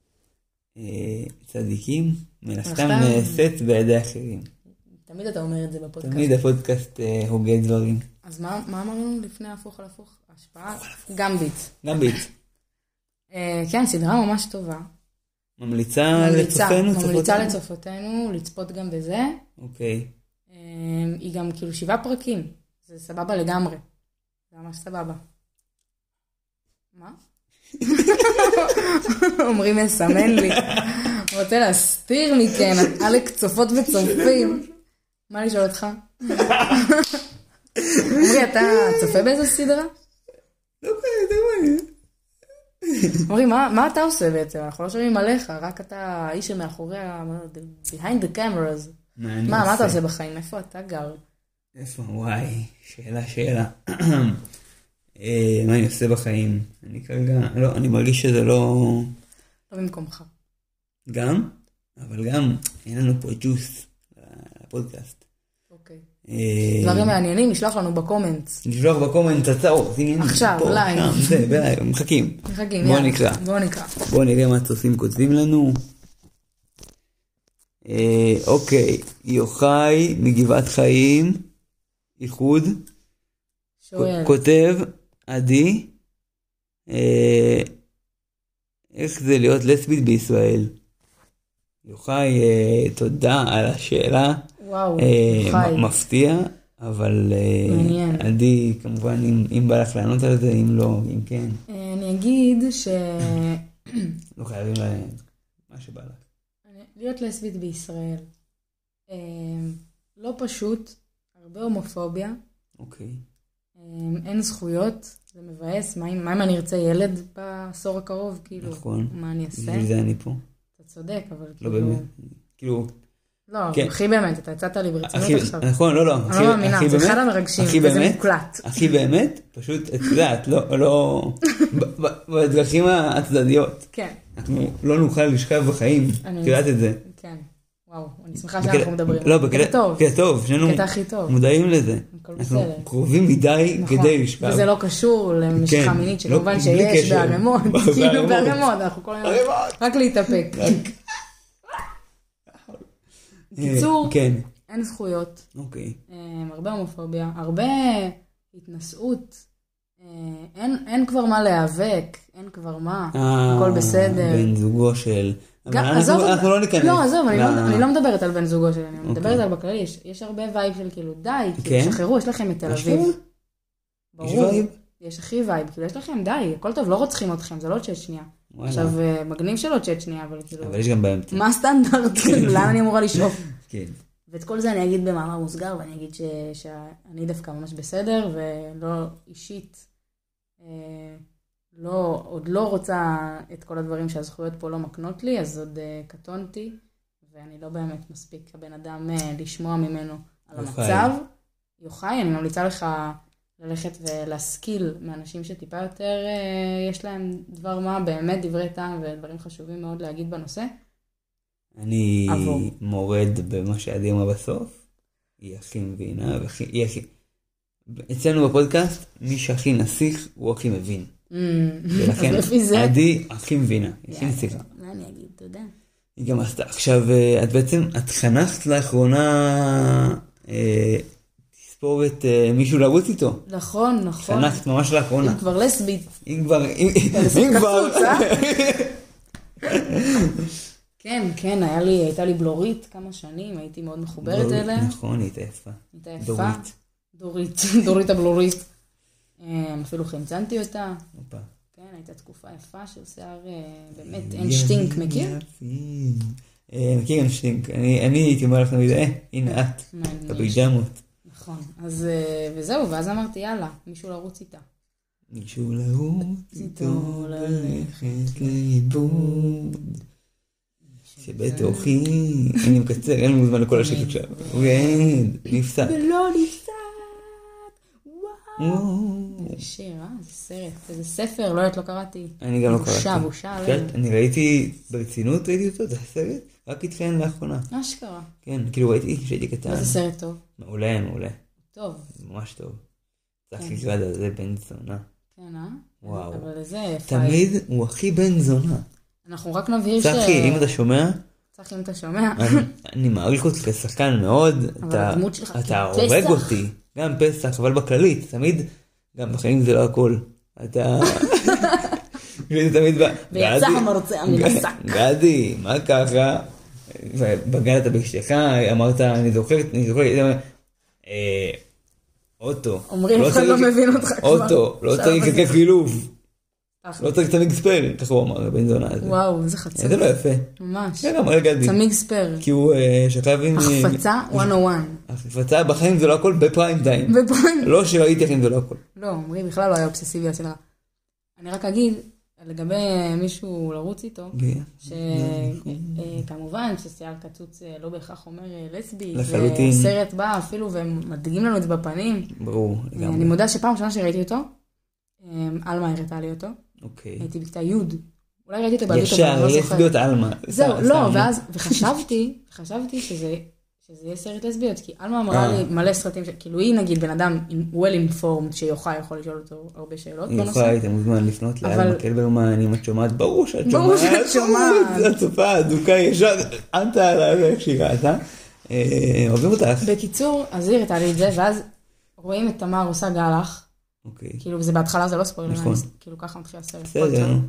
צדיקים, מן הסתם נעשית בידי אחרים. תמיד אתה אומר את זה בפודקאסט. תמיד הפודקאסט הוגה דברים. אז מה אמרנו לפני הפוך על הפוך? השפעה? גמביט. גמביט. כן, סדרה ממש טובה. ממליצה לצופנו? ממליצה לצופותינו, לצפות גם בזה. אוקיי. היא גם כאילו שבעה פרקים. זה סבבה לגמרי. זה ממש סבבה. מה? אומרים מסמן לי. רוצה להסתיר מכן, אלק צופות וצופים. מה לשאול אותך? אומרי, אתה צופה באיזו סדרה? לא כאלה, תראו. אומרי, מה אתה עושה בעצם? אנחנו לא שומעים עליך, רק אתה האיש שמאחורי, behind the cameras. מה, מה אתה עושה בחיים? איפה אתה גר? איפה? וואי, שאלה, שאלה. מה אני עושה בחיים? אני כרגע, לא, אני מרגיש שזה לא... לא במקומך. גם, אבל גם אין לנו פה ג'וס לפודקאסט. אוקיי. דברים מעניינים, נשלח לנו בקומנטס. נשלח בקומנטס הצעות. עכשיו, לייב. מחכים. מחכים, בואו נקרא. בואו נקרא. בואו נראה מה הצופים כותבים לנו. אוקיי, יוחאי מגבעת חיים, איחוד. שואל. כותב, עדי, איך זה להיות לסבית בישראל? יוחאי, אה, תודה על השאלה. וואו, אה, יוחאי. מפתיע, אבל אה, מעניין. עדי, כמובן, אם, אם בא לך לענות על זה, אם לא, אם כן, אה, אני אגיד ש... לא חייבים לה... מה שבא לך. להיות לסבית בישראל. אה, לא פשוט, הרבה הומופוביה, אוקיי. אה, אין זכויות, זה מבאס. מה אם, מה אם אני ארצה ילד בעשור הקרוב? כאילו, נכון. מה אני אעשה? בשביל זה אני פה. אתה צודק, אבל לא כאילו... באמת. כאילו... לא, כן. הכי באמת, אתה יצאת לי ברצינות הכי- עכשיו. נכון, לא, לא. אני הכי- לא מאמינה, הכי זה באמת- אחד המרגשים, הכי וזה באמת- מוקלט. הכי באמת, פשוט, את יודעת, לא, לא, ב- ב- בדרכים הצדדיות. כן, אנחנו לא נוכל לשכב בחיים, אני- את יודעת את זה. כן. וואו, אני שמחה בקטע- שאנחנו מדברים. לא, בקטע בקטע טוב. בקטע טוב, שנינו בקטע הכי טוב. מודעים לזה. הכל אנחנו בסדר. קרובים מדי נכון. כדי לשכב. וזה לא קשור למשיכה כן, מינית, לא, שכמובן בלי שיש קשר. בערימות, בערימות. כאילו בערימות, אנחנו כל היום... ערימות. רק להתאפק. בקיצור, אה, כן, אין זכויות, אוקיי. אה, הרבה הומופוביה, הרבה התנשאות, אה, אין- אין כבר מה להיאבק, אין כבר מה, אה, הכל בסדר. בן זוגו של... אבל גם- אנחנו- עזוב, אנחנו לא ניכנס. לא, עזוב, אני ל- לא- אני לא מדברת על בן זוגו שלי, אני אוקיי. מדברת על בכללי, יש- יש הרבה וייב של כאילו, די, כן? כאילו, שחררו, יש לכם את תל יש אביב. וייב? ברור. יש וייב? יש הכי וייב, כאילו, יש לכם, די, הכל טוב, לא רוצחים אתכם, זה לא צ'אט שנייה. וואלה. עכשיו, אה, מגניב שלא צ'אט שנייה, אבל כאילו, אבל יש גם באמצע. מה הסטנדרט? כאילו, לאן אני אמורה לשאוף? כן. ואת כל זה אני אגיד במאמר מוסגר, ואני אגיד ש- שאני דווקא ממש בסדר, ולא אישית, אה, לא, עוד לא רוצה את כל הדברים שהזכויות פה לא מקנות לי, אז עוד אה, קטונתי, ואני לא באמת מספיק הבן אדם אה, לשמוע ממנו על יוחאי. המצב. יוחאי, אני ממליצה לך ללכת ולהשכיל מאנשים שטיפה יותר אה, יש להם דבר מה, באמת דברי טעם ודברים חשובים מאוד להגיד בנושא. אני עבור. מורד במה שעדי אמרה בסוף. היא הכי מבינה, והכי... היא הכי... אצלנו בפודקאסט, מי שהכי נסיך הוא הכי מבין. Mm, ולכן, אז לפי זה... עדי הכי מבינה, היא הכי נסיכה. מה אני אגיד, אתה יודע? היא גם עשתה. עכשיו, אה, את בעצם, את חנכת לאחרונה אה, תספורת אה, מישהו לרוץ איתו. נכון, נכון. חנכת ממש לאחרונה. היא כבר לסבית. אם כבר, אם זה אם כבר... קצוץ, אה? כן, כן, היה לי, הייתה לי בלורית כמה שנים, הייתי מאוד מחוברת אליה. נכון, היא הייתה יפה. הייתה יפה. דורית. דורית, דורית הבלורית. אה, אפילו חמצנתי אותה. הופה. כן, הייתה תקופה יפה של שיער, אה, באמת, אין שטינק, מכיר? יפים. אה, מכיר אין שטינק. אני אני הייתי אומר לך תמיד, אה, הנה את, מעניין. בביג'מות. נכון, אז אה, וזהו, ואז אמרתי, יאללה, מישהו לרוץ איתה. מישהו לרוץ איתו ללכת לאיבוד. שבתוכי, אני מקצר, אין לנו זמן לכל השקט עכשיו. כן, נפסק. ולא נפסק, וואו. וואו. איזה שיר, אה? איזה סרט, איזה ספר, לא יודעת, לא קראתי. אני גם לא קראתי. בושה, בושה כן, עלינו. אני ראיתי, ברצינות ראיתי אותו, זה הסרט, רק התחיין לאחרונה. אשכרה. כן, כאילו ראיתי כשהייתי קטן. איזה סרט טוב. מעולה, מעולה. טוב, ממש טוב. צחי כן. גרדה, זה בן זונה. כן, אה? וואו. אבל זה יפה. תמיד הוא הכי בן זונה. אנחנו רק נבהיר ש... צחי, אם אתה שומע, צחי, אם אתה שומע. אני- אני מעריך אותך כשחקן מאוד. אבל אתה- הדמות שלך אתה כאילו הורג פסח. אותי. גם פסח, אבל בכללית, תמיד, גם בחיים זה לא הכל. אתה... זה תמיד בא... ויצא גדי, המרצע מן השק. גדי, מה ככה? בגדת באשתך, אמרת, אני זוכר, אני זוכר, אה, אוטו. אומרים, לא אף אחד לא צריך- מבין אותך כבר. אוטו, לא עכשיו צריך אתה- ככה חילוב. אחלה. לא צריך צמיג ספייר, ככה הוא אמר, בן זונה הזה. וואו, איזה חצוף. זה לא יפה. ממש. זה גם רגע גדי. צמיג ספר. כי הוא אה, שכב עם... החפצה מאה ואחת. החפצה בחיים זה לא הכל בפריים טיים. בפריים. לא שראיתי איך זה לא הכל. לא, עמרי בכלל לא היה אובססיבי הסדרה. אני רק אגיד, לגבי מישהו לרוץ איתו, שכמובן ששיער קצוץ אה, לא בהכרח אומר אה, לסבי, לחלוטין. וסרט בא אפילו והם מדגים לנו את זה בפנים. ברור. אה, לגמרי. אני מודה שפעם ראשונה שראיתי אותו, אה, אלמה הראתה לי אותו, אוקיי. הייתי בכיתה י', אולי ראיתי אותו בעדות, אבל ישר, אני לא זוכרת. לסביות עלמה. זהו, סתם, לא, סתם. ואז, וחשבתי, חשבתי שזה, שזה יהיה סרט לסביות, כי אלמה אמרה אה. לי מלא סרטים, ש- כאילו היא נגיד בן אדם well informed, שיוחאי יכול לשאול אותו הרבה שאלות היא בנושא. יכולה, היית מוזמן לפנות אבל- לאלמה קלברמן, אם את שומעת, ברור שאת שומעת. ברור שאת שומעת. זה הצופה אדוקה ישר, ענתה עליי איך שהיא ראתה. אה, אוהבים אותך. בקיצור, אז היא הראתה לי את זה, ואז רואים את תמר עושה גלח, אוקיי. כאילו זה בהתחלה זה לא ספוילר, נכון. כאילו ככה מתחיל הסרט. בסדר.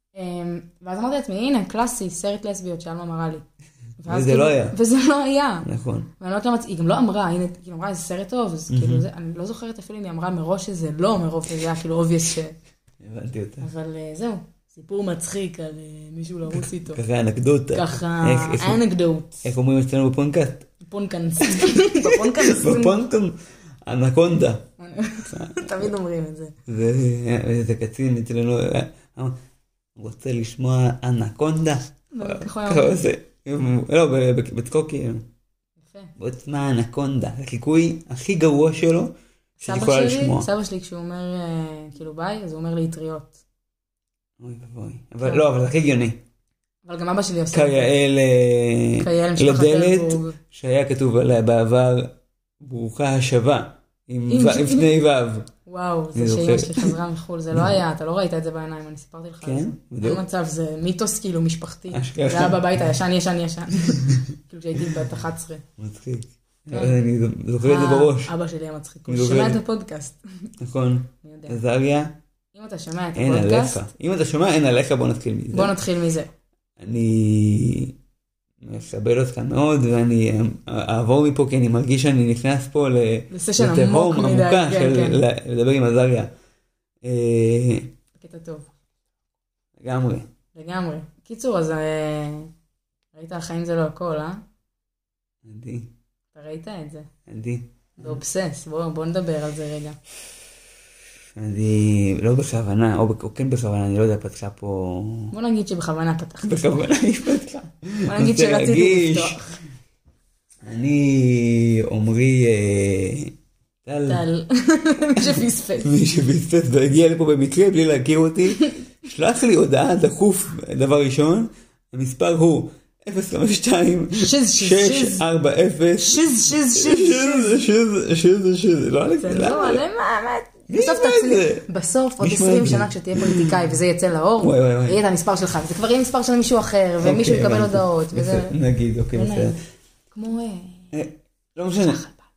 ואז אמרתי לעצמי, הנה, קלאסי, סרט לסביות שאלמה מראה לי. וזה לא היה. וזה לא היה. נכון. ואני לא יודעת למה, היא גם לא אמרה, הנה, היא אמרה, זה סרט טוב, אז כאילו, אני לא זוכרת אפילו אם היא אמרה מראש שזה לא, מרוב שזה היה כאילו אובייס ש... הבנתי אותה. אבל זהו, סיפור מצחיק על מישהו לרוץ איתו. ככה אנקדוטה. ככה אנקדוט. איך אומרים אצלנו בפונקאסט? בפונקאנס. בפונקאנס. בפונקאנס. אנקונדה. תמיד אומרים את זה. וזה קצין אצלנו, רוצה לשמוע אנקונדה. ככה זה. לא, בצחוקים. יפה. בוא תשמע אנקונדה. החיקוי הכי גרוע שלו, שאת יכולה לשמוע. סבא שלי, כשהוא אומר כאילו ביי, אז הוא אומר לי אטריות. אוי ובוי. אבל לא, אבל זה הכי הגיוני. אבל גם אבא שלי עושה. כיעל לדלת, שהיה כתוב עליה בעבר, ברוכה השבה, עם פני וו. וואו, זה שאמא שלי חזרה מחול, זה לא היה, אתה לא ראית את זה בעיניים, אני סיפרתי לך על זה. כן, בדיוק. אין מצב, זה מיתוס כאילו משפחתי. זה היה בבית הישן, ישן, ישן. כאילו שהייתי בת אחת עשרה. מצחיק. אני זוכר את זה בראש. אבא שלי היה מצחיק, הוא שומע את הפודקאסט. נכון. עזריה. אם אתה שומע את אין הפודקאסט. עליך. אם אתה שומע, אין עליך, בוא נתחיל מזה. בוא נתחיל מזה. אני מקבל אותך מאוד, ואני אעבור מפה, כי אני מרגיש שאני נכנס פה לתהום עמוקה של לדבר עם עזריה. קטע טוב. לגמרי. לגמרי. קיצור, אז ראית החיים זה לא הכל, אה? עדי. אתה ראית את זה? עדי. באובסס, בוא נדבר על זה רגע. אני לא בכוונה, או כן בכוונה, אני לא יודע, פתחה פה... בוא נגיד שבכוונה פתחת. בכוונה היא פתחה. בוא נגיד שרציתי לפתוח. אני עומרי טל. טל. מי שפספס. מי שפספס והגיע לפה במקרה בלי להכיר אותי. שלח לי הודעה דחוף, דבר ראשון. המספר הוא אפס חמש שתיים שש ארבע אפס שיז, שיז, שיז, שיז, שיז, שיז, שיז. לא עליך. זה לא עליך. בסוף תצליח, בסוף עוד עשרים שנה כשתהיה פוליטיקאי וזה יצא לאור, יהיה את המספר שלך, וזה כבר יהיה מספר של מישהו אחר, ומישהו יקבל הודעות, וזה... נגיד, אוקיי, בסדר. כמו... לא משנה.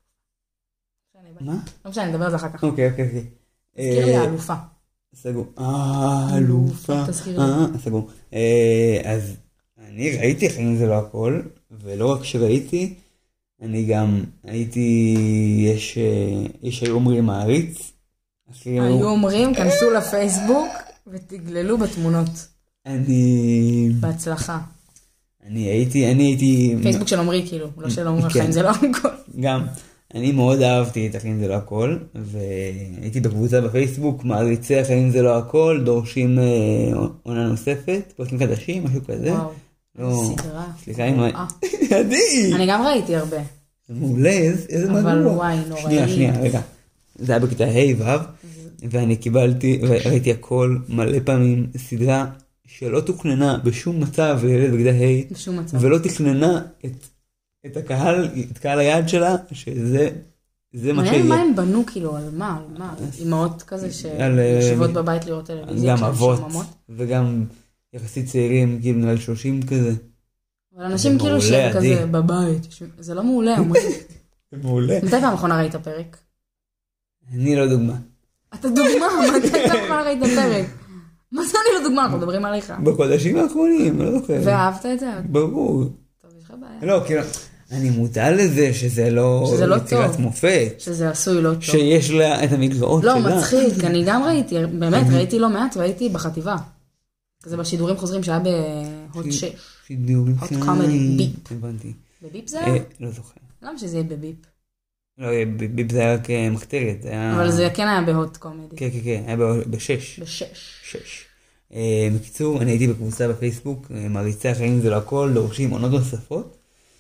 מה? לא משנה, נדבר על זה אחר כך. אוקיי, אוקיי, אוקיי. תזכיר לי האלופה. סגור. האלופה. תזכיר לי. סגור. אז אני ראיתי חיים זה לא הכל, ולא רק שראיתי, אני גם הייתי, יש, יש היו אומרים מעריץ. היו אומרים, כנסו לפייסבוק ותגללו בתמונות. אני... בהצלחה. אני הייתי, אני הייתי... פייסבוק של אומרי כאילו, לא של אומרי החיים זה לא הכל. גם, אני מאוד אהבתי את החיים זה לא הכל, והייתי בקבוצה בפייסבוק, מעריצי החיים זה לא הכל, דורשים עונה נוספת, פרקים חדשים, משהו כזה. וואו, סדרה. סליחה עם... עדי! אני גם ראיתי הרבה. זה מעולה, איזה מדוע. אבל וואי, נוראי. שנייה, שנייה, רגע. זה היה בכיתה ה' ו', ואני קיבלתי, וראיתי הכל מלא פעמים, סדרה שלא תוכננה בשום מצב לילד בכיתה ה', בשום מצב. ולא תכננה את, את הקהל, את קהל היד שלה, שזה זה מה שיהיה. מה הם בנו כאילו, על מה, על מה? אמהות כזה שיושבות בבית לראות טלוויזיה. גם אבות, וגם יחסית צעירים, כאילו נראה שלושים כזה. אבל אנשים כאילו שהם כזה בבית, זה לא מעולה, אומרים. זה מעולה. מתי פעם אחרונה ראית פרק? אני לא דוגמה. אתה דוגמה? מתי פעם אחרונה ראית פרק? מה זה אני לא דוגמה? אנחנו מדברים עליך. בחודשים האחרונים, לא זוכר. ואהבת את זה? ברור. טוב, יש לך בעיה. לא, כאילו, אני מודע לזה שזה לא יצירת מופת. שזה עשוי לא טוב. שיש לה את המגרעות שלה. לא, מצחיק, אני גם ראיתי, באמת, ראיתי לא מעט והייתי בחטיבה. כזה בשידורים חוזרים שהיה בהוט שש. שידורים הוט קומדי, ביפ. הבנתי. בביפ זה היה? לא זוכר. למה שזה יהיה בביפ? לא, ביפ זה היה כמחתרת. אבל זה כן היה בהוט קומדי. כן, כן, כן, היה בשש. בשש. שש. בקיצור, אני הייתי בקבוצה בפייסבוק, מעריצי החיים זה לא הכל, דורשים עונות נוספות,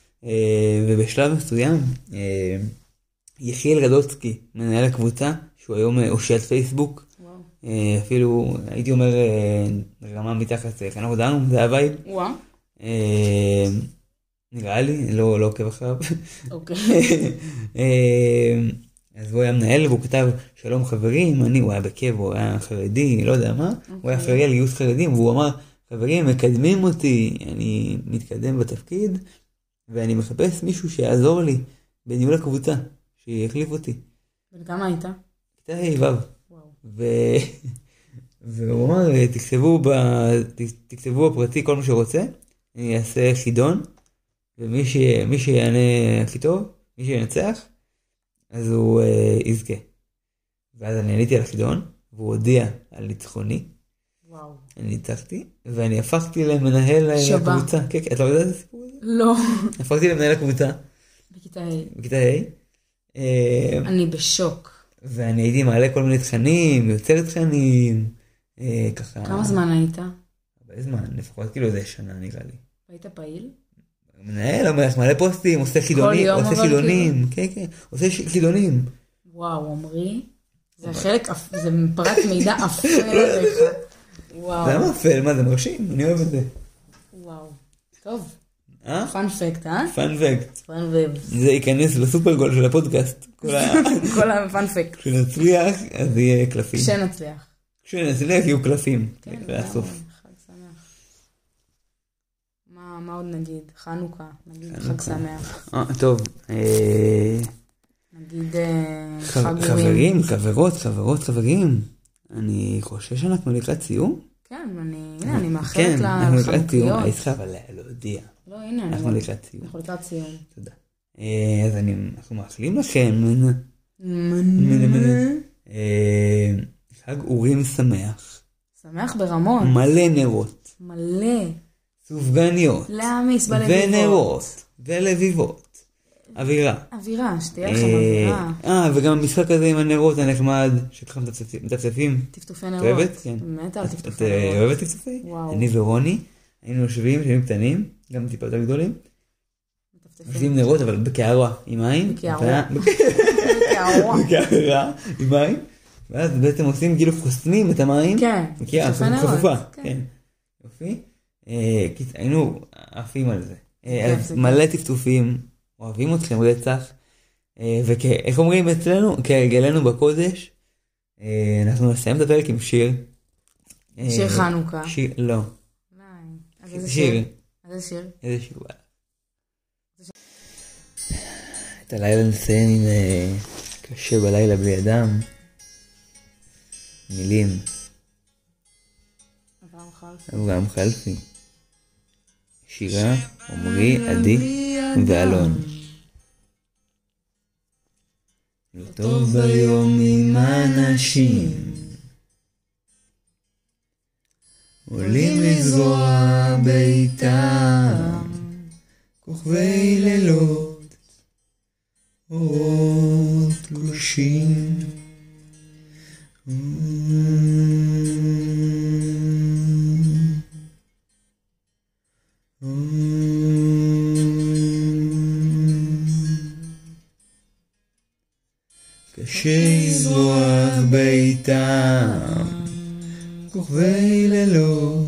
ובשלב מסוים, יחיאל רדוצקי, מנהל הקבוצה, שהוא היום אושיית פייסבוק, אפילו, הייתי אומר, רמה מתחת חנוך דנו, זה הווייב. וואו. נראה לי, לא עוקב אחריו. אוקיי. אז הוא היה מנהל, והוא כתב, שלום חברים, אני, הוא היה בקב, הוא היה חרדי, לא יודע מה, הוא היה אחראי על גיוס חרדים, והוא אמר, חברים, מקדמים אותי, אני מתקדם בתפקיד, ואני מחפש מישהו שיעזור לי בניהול הקבוצה, שיחליף אותי. וכמה היית? כיתה ה' ו'. ו... והוא אמר, תכתבו, ב... תכתבו בפרטי כל מה שרוצה, אני אעשה חידון, ומי ש... מי שיענה הכי טוב, מי שינצח, אז הוא אה, יזכה. ואז אני עניתי על החידון, והוא הודיע על ניצחוני. וואו. אני ניצחתי, ואני הפכתי למנהל הקבוצה. כן, כן, את לא יודעת את הסיפור הזה? לא. הפכתי למנהל הקבוצה. בכיתה ה'. בכיתה ה'. אה, אני בשוק. ואני הייתי מעלה כל מיני תכנים, יוצר תכנים, אה, ככה... כמה זמן היית? הרבה זמן, לפחות כאילו איזה שנה נראה לי. היית פעיל? מנהל, מעלה פוסטים, עושה חידונים, עושה חידונים, כן, כן, עושה חידונים. וואו, עומרי, זה חלק, זה פרט מידע אפל עליך. וואו. זה מה אפל? מה, זה מרשים? אני אוהב את זה. וואו, טוב. אה? פאנפקט, אה? פאנפקט. פאנפקט. זה ייכנס לסופרגול של הפודקאסט. כל הפאנפקט. כשנצליח, אז יהיה קלפים. כשנצליח. כשנצליח יהיו קלפים. כן, והסוף. חג שמח. מה, מה עוד נגיד? חנוכה, נגיד חג שמח. אה, טוב. נגיד חג אורים. חברים, חברות, חברות, חברים. אני חושב שאנחנו לקראת סיום. כן, אני, הנה, אני מאחרת לחנוכיות. היית חייב להודיע. לא, הנה, אנחנו לקראת סיום. אנחנו לקראת סיום. תודה. אז אנחנו מאחלים לכם חג אורים שמח. שמח ברמות. מלא נרות. מלא. סופגניות. להעמיס בלביבות. ונרות. ולביבות. אווירה. אווירה, שתהיה לכם אווירה. אה, וגם המשחק הזה עם הנרות הנחמד, שככה מצפצפים. טפטופי נרות. את אוהבת? כן. באמת על טפטופי נרות. את אוהבת טפטופי? וואו. אני ורוני, היינו יושבים, שהיינו קטנים, גם טיפה יותר גדולים. עושים נרות, אבל בקערה, עם מים. בקערה. בקערה, עם מים. ואז בעצם עושים, כאילו חוסמים את המים. כן. טפטופי נרות. חפופה, כן. יופי. היינו עפים על זה. אז מלא טפטופים. אוהבים אתכם רצח, ואיך אומרים אצלנו, כהרגלנו בקודש, אנחנו נסיים את הפרק עם שיר. שיר חנוכה. שיר, לא. אז איזה שיר? איזה שיר? איזה שיר? את הלילה נסיים עם קשה בלילה בלי אדם. מילים. אברהם חלפי. אברהם חלפי. שירה, עומרי, עדי ואלון. לא טוב ביום עם אנשים עולים לזרוע ביתם כוכבי לילות אורות תלושים שיזרוח ביתם כוכבי לילות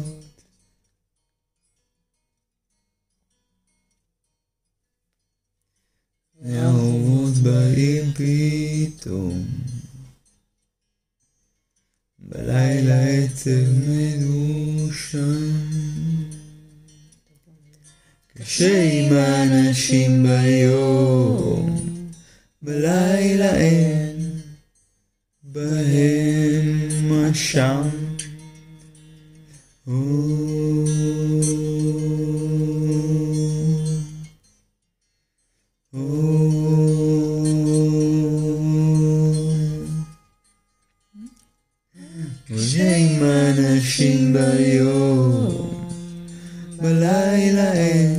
והאורות באים פתאום בלילה עצב מדושן קשה עם אנשים ביום בלילה אין בהם משם ועם אנשים ביום בלילה אין